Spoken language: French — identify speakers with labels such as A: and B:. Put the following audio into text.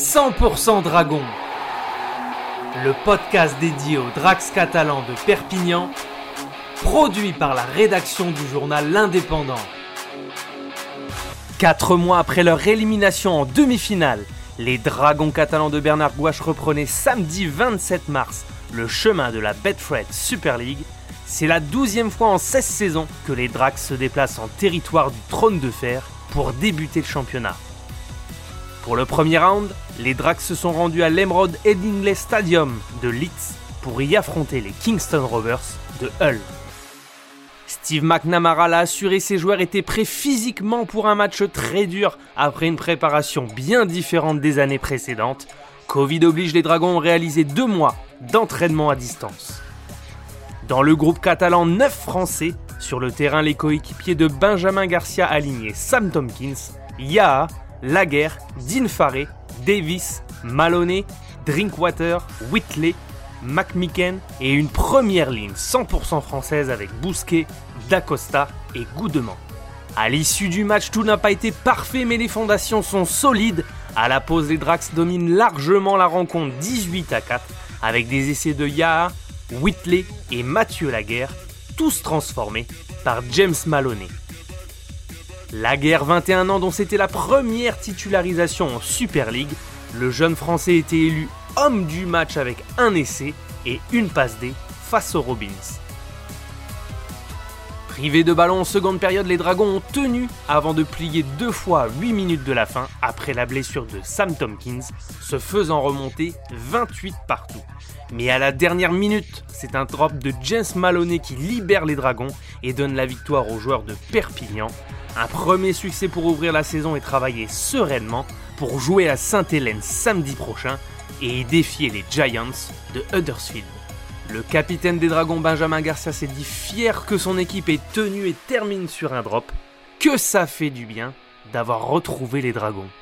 A: 100% Dragon, le podcast dédié aux Drax catalans de Perpignan, produit par la rédaction du journal L'Indépendant. 4 mois après leur élimination en demi-finale, les Dragons catalans de Bernard Gouache reprenaient samedi 27 mars le chemin de la Betfred Super League. C'est la 12e fois en 16 saisons que les Drax se déplacent en territoire du Trône de Fer pour débuter le championnat. Pour le premier round, les Drax se sont rendus à l'Emerald Headingley Stadium de Leeds pour y affronter les Kingston Rovers de Hull. Steve McNamara l'a assuré, ses joueurs étaient prêts physiquement pour un match très dur après une préparation bien différente des années précédentes. Covid oblige, les Dragons ont réalisé 2 mois d'entraînement à distance. Dans le groupe catalan, 9 Français. Sur le terrain, les coéquipiers de Benjamin Garcia alignés Sam Tomkins, Yaha, Laguerre, Dean Farré, Davis, Maloney, Drinkwater, Whitley, McMicken et une première ligne 100% française avec Bousquet, Dacosta et Goudeman. À l'issue du match, tout n'a pas été parfait mais les fondations sont solides. À la pause, les Drax dominent largement la rencontre 18-4 avec des essais de Yaha, Whitley et Mathieu Laguerre, tous transformés par James Maloney. Laguerre, 21 ans, dont c'était la première titularisation en Super League, le jeune Français était élu homme du match avec un essai et une passe D face aux Robins. Privés de ballon en seconde période, les Dragons ont tenu avant de plier 2 fois à 8 minutes de la fin après la blessure de Sam Tomkins, se faisant remonter 28 partout. Mais à la dernière minute, c'est un drop de James Maloney qui libère les Dragons et donne la victoire aux joueurs de Perpignan. Un premier succès pour ouvrir la saison et travailler sereinement pour jouer à Sainte-Hélène samedi prochain et défier les Giants de Huddersfield. Le capitaine des Dragons, Benjamin Garcia, s'est dit fier que son équipe ait tenu et termine sur un drop. Que ça fait du bien d'avoir retrouvé les Dragons.